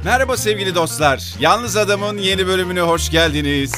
Merhaba sevgili dostlar. Yalnız Adam'ın yeni bölümüne hoş geldiniz.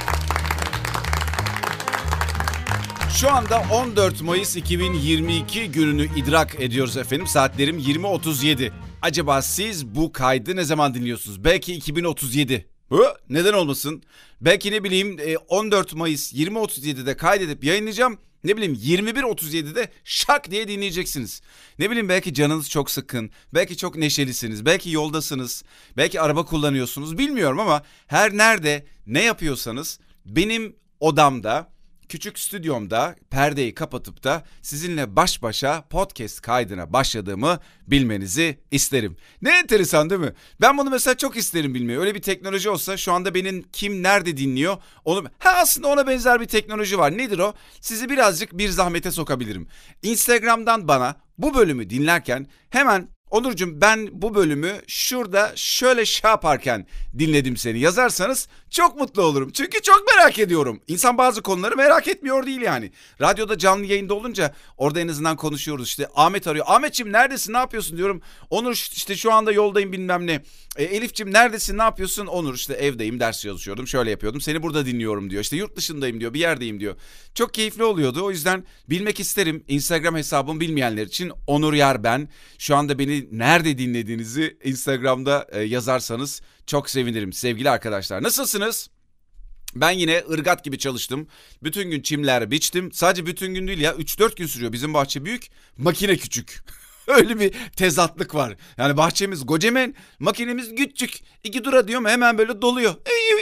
Şu anda 14 Mayıs 2022 gününü idrak ediyoruz efendim. Saatlerim 20.37. Acaba siz bu kaydı ne zaman dinliyorsunuz? Belki 2037. Neden olmasın? Belki ne bileyim 14 Mayıs 20.37'de kaydedip yayınlayacağım. Ne bileyim 21.37'de şak diye dinleyeceksiniz. Ne bileyim belki canınız çok sıkkın, belki çok neşelisiniz, belki yoldasınız, belki araba kullanıyorsunuz bilmiyorum ama her nerede ne yapıyorsanız benim odamda, küçük stüdyomda perdeyi kapatıp da sizinle baş başa podcast kaydına başladığımı bilmenizi isterim. Ne enteresan değil mi? Ben bunu mesela çok isterim bilmeyi. Öyle bir teknoloji olsa şu anda benim kim nerede dinliyor onu... aslında ona benzer bir teknoloji var. Nedir o? Sizi birazcık bir zahmete sokabilirim. Instagram'dan bana bu bölümü dinlerken hemen Onurcuğum ben bu bölümü şurada şöyle yaparken dinledim seni yazarsanız çok mutlu olurum. Çünkü çok merak ediyorum. İnsan bazı konuları merak etmiyor değil yani. Radyoda canlı yayında olunca orada en azından konuşuyoruz işte. Ahmet arıyor. Ahmetciğim neredesin ne yapıyorsun diyorum. Onur işte şu anda yoldayım bilmem ne. Elifciğim neredesin ne yapıyorsun? Onur işte evdeyim ders çalışıyordum şöyle yapıyordum. Seni burada dinliyorum diyor. İşte yurt dışındayım diyor bir yerdeyim diyor. Çok keyifli oluyordu o yüzden bilmek isterim. Instagram hesabımı bilmeyenler için Onur Yar ben. Şu anda beni nerede dinlediğinizi Instagram'da yazarsanız çok sevinirim sevgili arkadaşlar. Nasılsınız? Ben yine ırgat gibi çalıştım. Bütün gün çimler biçtim. Sadece bütün gün değil ya 3-4 gün sürüyor. Bizim bahçe büyük, makine küçük. Öyle bir tezatlık var. Yani bahçemiz kocaman, makinemiz küçük. 2 dura diyorum hemen böyle doluyor.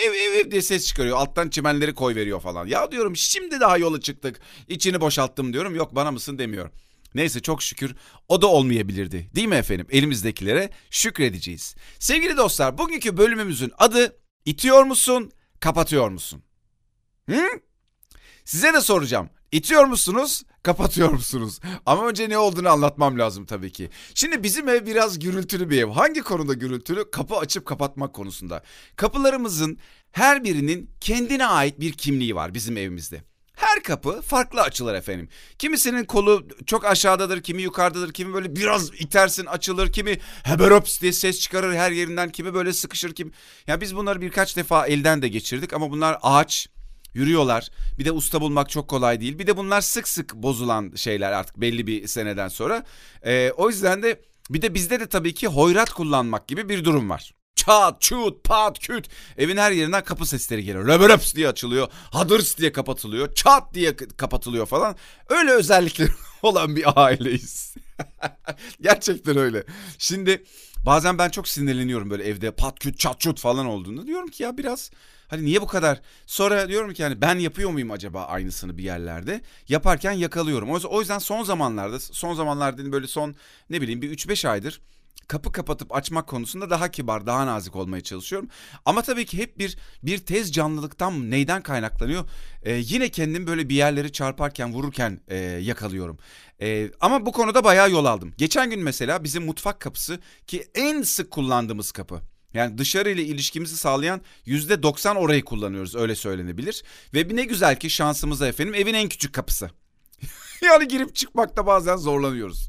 Ev diye ses çıkarıyor. Alttan çimenleri koy veriyor falan. Ya diyorum şimdi daha yola çıktık. İçini boşalttım diyorum. Yok bana mısın demiyor. Neyse çok şükür o da olmayabilirdi. Değil mi efendim? Elimizdekilere şükredeceğiz. Sevgili dostlar bugünkü bölümümüzün adı itiyor musun, kapatıyor musun? Size de soracağım. İtiyor musunuz, kapatıyor musunuz? Ama önce ne olduğunu anlatmam lazım tabii ki. Şimdi bizim ev biraz gürültülü bir ev. Hangi konuda gürültülü? Kapı açıp kapatmak konusunda. Kapılarımızın her birinin kendine ait bir kimliği var bizim evimizde. Her kapı farklı açılır efendim. Kimisinin kolu çok aşağıdadır, kimi yukarıdadır, kimi böyle biraz itersin açılır, kimi heberops diye ses çıkarır her yerinden, kimi böyle sıkışır, kimi... Ya biz bunları birkaç defa elden de geçirdik ama bunlar ağaç, yürüyorlar. Bir de usta bulmak çok kolay değil. Bir de bunlar sık sık bozulan şeyler artık belli bir seneden sonra. O yüzden de bir de bizde de tabii ki hoyrat kullanmak gibi bir durum var. Çat, çut, pat, küt. Evin her yerinden kapı sesleri geliyor. Röböröps diye açılıyor. Hadırs diye kapatılıyor. Çat diye kapatılıyor falan. Öyle özellikleri olan bir aileyiz. Gerçekten öyle. Şimdi bazen ben çok sinirleniyorum böyle evde pat, küt, çat, çut falan olduğunda. Diyorum ki ya biraz hani niye bu kadar? Sonra diyorum ki yani ben yapıyor muyum acaba aynısını bir yerlerde? Yaparken yakalıyorum. O yüzden son zamanlarda böyle son ne bileyim bir 3-5 aydır kapı kapatıp açmak konusunda daha kibar, daha nazik olmaya çalışıyorum. Ama tabii ki hep bir tez canlılıktan neyden kaynaklanıyor? Yine kendimi böyle bir yerleri çarparken, vururken yakalıyorum. Ama bu konuda bayağı yol aldım. Geçen gün mesela bizim mutfak kapısı ki en sık kullandığımız kapı. Yani dışarı ile ilişkimizi sağlayan %90 orayı kullanıyoruz öyle söylenebilir. Ve ne güzel ki şansımıza efendim evin en küçük kapısı. Yani girip çıkmakta bazen zorlanıyoruz.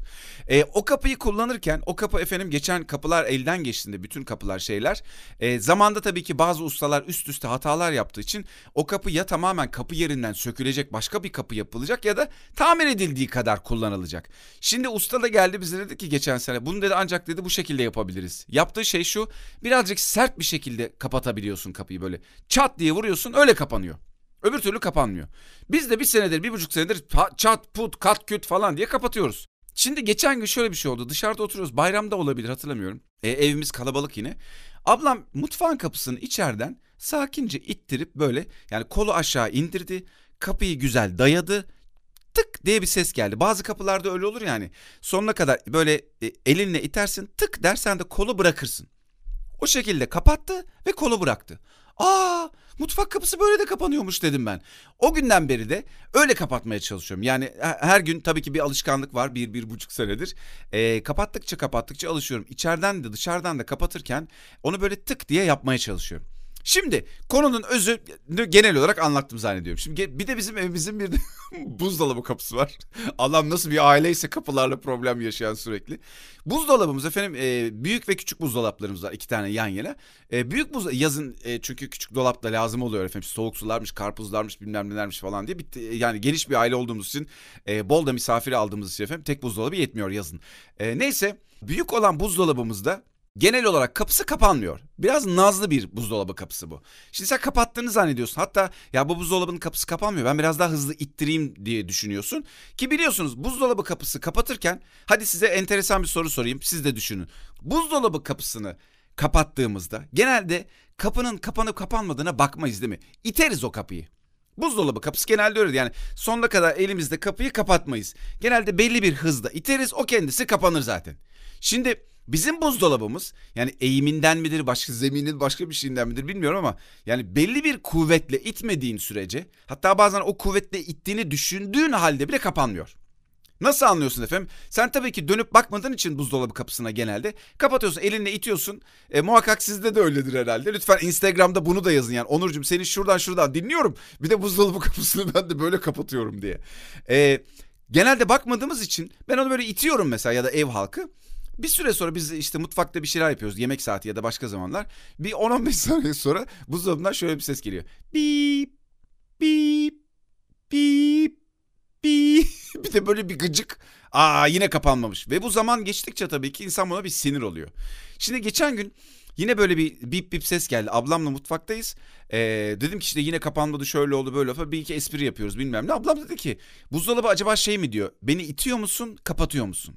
O kapıyı kullanırken o kapı efendim geçen kapılar elden geçtiğinde bütün kapılar şeyler. Zamanda tabii ki bazı ustalar üst üste hatalar yaptığı için o kapı ya tamamen kapı yerinden sökülecek başka bir kapı yapılacak ya da tamir edildiği kadar kullanılacak. Şimdi usta da geldi bize dedi ki geçen sene bunu dedi ancak dedi bu şekilde yapabiliriz. Yaptığı şey şu birazcık sert bir şekilde kapatabiliyorsun kapıyı böyle çat diye vuruyorsun öyle kapanıyor. Öbür türlü kapanmıyor. Biz de 1,5 senedir çat put kat küt falan diye kapatıyoruz. Şimdi geçen gün şöyle bir şey oldu. Dışarıda oturuyoruz. Bayramda olabilir hatırlamıyorum. Evimiz kalabalık yine. Ablam mutfağın kapısını içeriden sakince ittirip böyle yani kolu aşağı indirdi. Kapıyı güzel dayadı. Tık diye bir ses geldi. Bazı kapılarda öyle olur yani. Sonuna kadar böyle elinle itersin tık dersen de kolu bırakırsın. O şekilde kapattı ve kolu bıraktı. Mutfak kapısı böyle de kapanıyormuş dedim ben. O günden beri de öyle kapatmaya çalışıyorum. Yani her gün tabii ki bir alışkanlık var 1,5 senedir. Kapattıkça alışıyorum. İçeriden de dışarıdan da kapatırken onu böyle tık diye yapmaya çalışıyorum. Şimdi konunun özü genel olarak anlattım zannediyorum. Şimdi bir de bizim evimizin bir de buzdolabı kapısı var. Allah'ım nasıl bir aileyse kapılarla problem yaşayan sürekli. Buzdolabımız efendim büyük ve küçük buzdolaplarımız var 2 tane yan yana. Büyük yazın çünkü küçük dolap da lazım oluyor efendim. Soğuk sularmış, karpuzlarmış bilmem nelermiş falan diye. Yani geniş bir aile olduğumuz için bol da misafir aldığımız için efendim tek buzdolabı yetmiyor yazın. Neyse büyük olan buzdolabımızda genel olarak kapısı kapanmıyor. Biraz nazlı bir buzdolabı kapısı bu. Şimdi sen kapattığını zannediyorsun. Hatta ya bu buzdolabının kapısı kapanmıyor. Ben biraz daha hızlı ittireyim diye düşünüyorsun. Ki biliyorsunuz buzdolabı kapısı kapatırken hadi size enteresan bir soru sorayım. Siz de düşünün. Buzdolabı kapısını kapattığımızda genelde kapının kapanıp kapanmadığına bakmayız değil mi? İteriz o kapıyı. Buzdolabı kapısı genelde öyle yani sonuna kadar elimizde kapıyı kapatmayız. Genelde belli bir hızda iteriz o kendisi kapanır zaten. Şimdi bizim buzdolabımız yani eğiminden midir başka zeminin başka bir şeyinden midir bilmiyorum ama yani belli bir kuvvetle itmediğin sürece hatta bazen o kuvvetle ittiğini düşündüğün halde bile kapanmıyor. Nasıl anlıyorsun efendim? Sen tabii ki dönüp bakmadığın için buzdolabı kapısına genelde kapatıyorsun, elinle itiyorsun. Muhakkak sizde de öyledir herhalde. Lütfen Instagram'da bunu da yazın yani. Onurcuğum seni şuradan dinliyorum. Bir de buzdolabı kapısını ben de böyle kapatıyorum diye. Genelde bakmadığımız için ben onu böyle itiyorum mesela ya da ev halkı. Bir süre sonra biz işte mutfakta bir şeyler yapıyoruz. Yemek saati ya da başka zamanlar. Bir 10-15 saniye sonra buzdolabından şöyle bir ses geliyor. Bip, bip, bip, bip. Bir de böyle bir gıcık. Yine kapanmamış. Ve bu zaman geçtikçe tabii ki insan buna bir sinir oluyor. Şimdi geçen gün yine böyle bir bip bip ses geldi. Ablamla mutfaktayız. Dedim ki işte yine kapanmadı şöyle oldu böyle oldu. Bir iki espri yapıyoruz bilmem ne. Ablam dedi ki buzdolabı acaba şey mi diyor. Beni itiyor musun kapatıyor musun?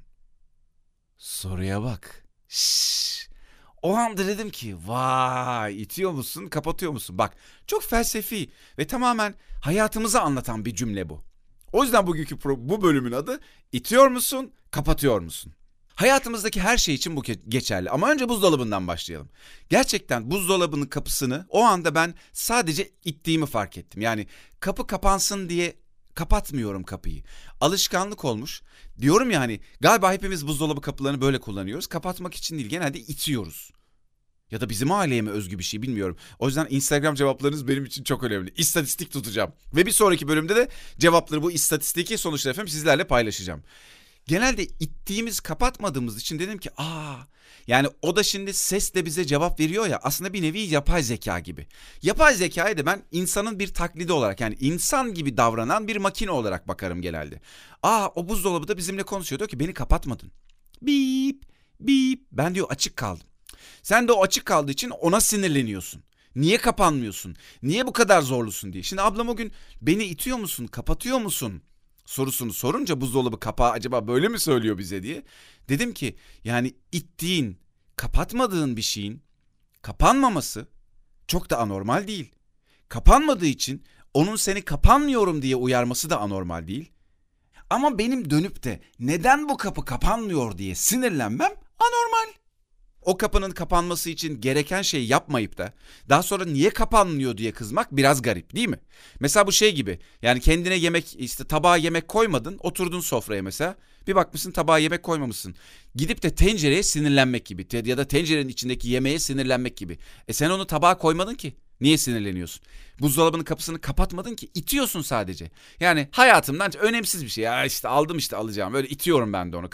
Soruya bak. Şşş. O anda dedim ki vay itiyor musun kapatıyor musun? Bak çok felsefi ve tamamen hayatımızı anlatan bir cümle bu. O yüzden bugünkü bu bölümün adı itiyor musun kapatıyor musun? Hayatımızdaki her şey için bu geçerli ama önce buzdolabından başlayalım. Gerçekten buzdolabının kapısını o anda ben sadece ittiğimi fark ettim. Yani kapı kapansın diye kapatmıyorum kapıyı. Alışkanlık olmuş. Diyorum ya hani galiba hepimiz buzdolabı kapılarını böyle kullanıyoruz. Kapatmak için değil genelde itiyoruz. Ya da bizim aileye mi özgü bir şey bilmiyorum. O yüzden Instagram cevaplarınız benim için çok önemli. İstatistik tutacağım. Ve bir sonraki bölümde de cevapları bu istatistiki sonuçları efendim sizlerle paylaşacağım. Genelde ittiğimiz kapatmadığımız için dedim ki yani o da şimdi sesle bize cevap veriyor ya aslında bir nevi yapay zeka gibi. Yapay zekaya da ben insanın bir taklidi olarak yani insan gibi davranan bir makine olarak bakarım genelde. O buzdolabı da bizimle konuşuyor diyor ki beni kapatmadın. Bip bip ben diyor açık kaldım. Sen de o açık kaldığı için ona sinirleniyorsun. Niye kapanmıyorsun? Niye bu kadar zorlusun diye. Şimdi ablam o gün beni itiyor musun kapatıyor musun sorusunu sorunca buzdolabı kapağı acaba böyle mi söylüyor bize diye. Dedim ki yani ittiğin, kapatmadığın bir şeyin kapanmaması çok da anormal değil. Kapanmadığı için onun seni kapanmıyorum diye uyarması da anormal değil. Ama benim dönüp de neden bu kapı kapanmıyor diye sinirlenmem anormal. O kapının kapanması için gereken şeyi yapmayıp da daha sonra niye kapanmıyor diye kızmak biraz garip değil mi? Mesela bu şey gibi yani kendine yemek işte tabağa yemek koymadın oturdun sofraya mesela bir bakmışsın tabağa yemek koymamışsın. Gidip de tencereye sinirlenmek gibi ya da tencerenin içindeki yemeğe sinirlenmek gibi. Sen onu tabağa koymadın ki niye sinirleniyorsun? Buzdolabının kapısını kapatmadın ki itiyorsun sadece. Yani hayatımdan önemsiz bir şey ya işte aldım işte alacağım öyle itiyorum ben de onu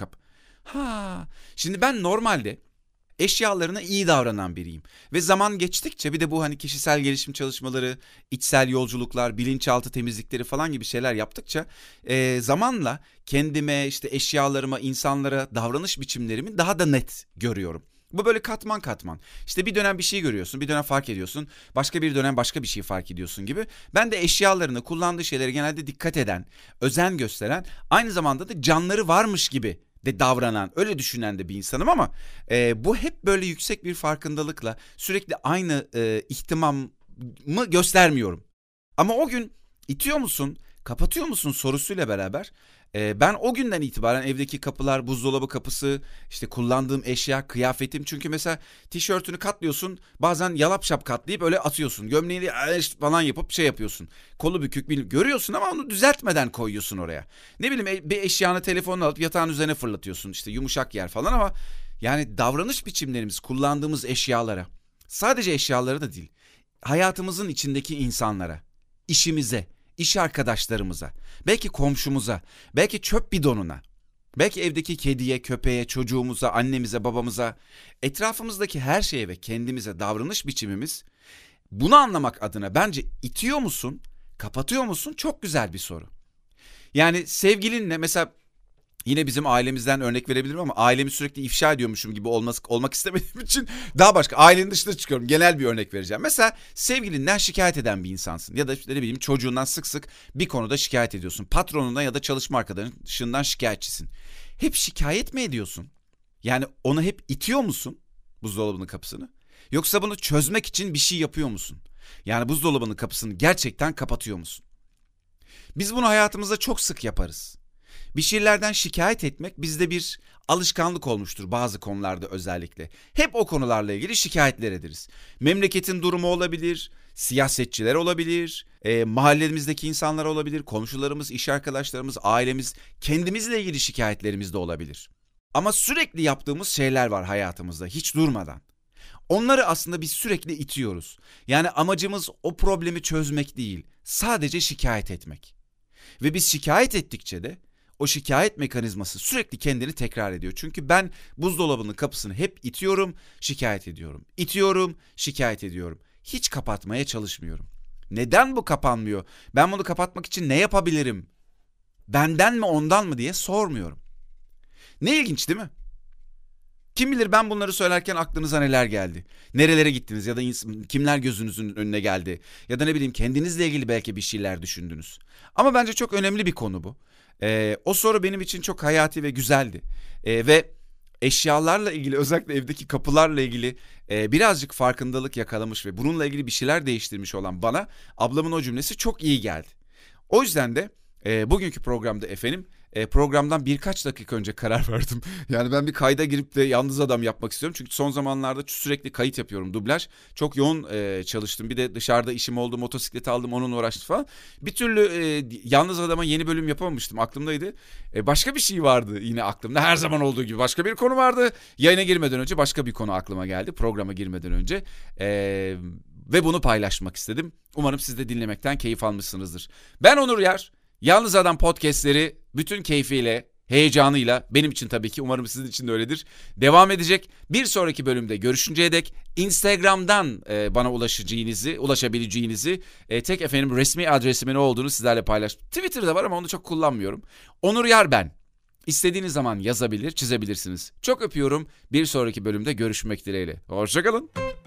Şimdi ben normalde eşyalarına iyi davranan biriyim. Ve zaman geçtikçe bir de bu hani kişisel gelişim çalışmaları, içsel yolculuklar, bilinçaltı temizlikleri falan gibi şeyler yaptıkça zamanla kendime, işte eşyalarıma, insanlara davranış biçimlerimi daha da net görüyorum. Bu böyle katman katman. İşte bir dönem bir şey görüyorsun, bir dönem fark ediyorsun, başka bir dönem başka bir şey fark ediyorsun gibi. Ben de eşyalarını, kullandığı şeylere genelde dikkat eden, özen gösteren, aynı zamanda da canları varmış gibi de davranan, öyle düşünen de bir insanım ama bu hep böyle yüksek bir farkındalıkla sürekli aynı ihtimamı göstermiyorum. Ama o gün itiyor musun, kapatıyor musun sorusuyla beraber ben o günden itibaren evdeki kapılar, buzdolabı kapısı, işte kullandığım eşya, kıyafetim. Çünkü mesela tişörtünü katlıyorsun, bazen yalap şap katlayıp öyle atıyorsun. Gömleğini falan yapıp şey yapıyorsun. Kolu bükük görüyorsun ama onu düzeltmeden koyuyorsun oraya. Ne bileyim bir eşyanı telefonunu alıp yatağın üzerine fırlatıyorsun. İşte yumuşak yer falan ama yani davranış biçimlerimiz kullandığımız eşyalara, sadece eşyalara da değil, hayatımızın içindeki insanlara, işimize, iş arkadaşlarımıza, belki komşumuza, belki çöp bidonuna, belki evdeki kediye, köpeğe, çocuğumuza, annemize, babamıza, etrafımızdaki her şeye ve kendimize davranış biçimimiz, bunu anlamak adına bence itiyor musun, kapatıyor musun? Çok güzel bir soru. Yani sevgilinle mesela, yine bizim ailemizden örnek verebilirim ama ailemi sürekli ifşa ediyormuşum gibi olmak istemediğim için daha başka ailenin dışına çıkıyorum. Genel bir örnek vereceğim. Mesela sevgilinden şikayet eden bir insansın ya da işte ne bileyim çocuğundan sık sık bir konuda şikayet ediyorsun. Patronundan ya da çalışma arkadaşından şikayetçisin. Hep şikayet mi ediyorsun? Yani onu hep itiyor musun buzdolabının kapısını? Yoksa bunu çözmek için bir şey yapıyor musun? Yani buzdolabının kapısını gerçekten kapatıyor musun? Biz bunu hayatımızda çok sık yaparız. Bir şeylerden şikayet etmek bizde bir alışkanlık olmuştur bazı konularda özellikle. Hep o konularla ilgili şikayetler ederiz. Memleketin durumu olabilir, siyasetçiler olabilir, mahallemizdeki insanlar olabilir, komşularımız, iş arkadaşlarımız, ailemiz, kendimizle ilgili şikayetlerimiz de olabilir. Ama sürekli yaptığımız şeyler var hayatımızda hiç durmadan. Onları aslında biz sürekli itiyoruz. Yani amacımız o problemi çözmek değil, sadece şikayet etmek. Ve biz şikayet ettikçe de o şikayet mekanizması sürekli kendini tekrar ediyor. Çünkü ben buzdolabının kapısını hep itiyorum, şikayet ediyorum. İtiyorum, şikayet ediyorum. Hiç kapatmaya çalışmıyorum. Neden bu kapanmıyor? Ben bunu kapatmak için ne yapabilirim? Benden mi ondan mı diye sormuyorum. Ne ilginç değil mi? Kim bilir ben bunları söylerken aklınıza neler geldi? Nerelere gittiniz ya da kimler gözünüzün önüne geldi? Ya da ne bileyim kendinizle ilgili belki bir şeyler düşündünüz. Ama bence çok önemli bir konu bu. O soru benim için çok hayati ve güzeldi. Ve eşyalarla ilgili özellikle evdeki kapılarla ilgili birazcık farkındalık yakalamış ve bununla ilgili bir şeyler değiştirmiş olan bana ablamın o cümlesi çok iyi geldi. O yüzden de bugünkü programda efendim programdan birkaç dakika önce karar verdim. Yani ben bir kayda girip de yalnız adam yapmak istiyorum. Çünkü son zamanlarda sürekli kayıt yapıyorum, dublaj. Çok yoğun çalıştım. Bir de dışarıda işim oldu, motosikleti aldım, onunla uğraştım falan. Bir türlü yalnız adama yeni bölüm yapamamıştım. Aklımdaydı. Başka bir şey vardı yine aklımda. Her zaman olduğu gibi başka bir konu vardı. Yayına girmeden önce başka bir konu aklıma geldi. Programa girmeden önce. Ve bunu paylaşmak istedim. Umarım siz de dinlemekten keyif almışsınızdır. Ben Onur Yar. Yalnız Adam podcastleri bütün keyfiyle, heyecanıyla, benim için tabii ki, umarım sizin için de öyledir, devam edecek. Bir sonraki bölümde görüşünceye dek Instagram'dan bana ulaşabileceğinizi, tek efendim resmi adresimin ne olduğunu sizlerle paylaştım. Twitter'da var ama onu çok kullanmıyorum. Onur Yar ben. İstediğiniz zaman yazabilir, çizebilirsiniz. Çok öpüyorum. Bir sonraki bölümde görüşmek dileğiyle. Hoşça kalın.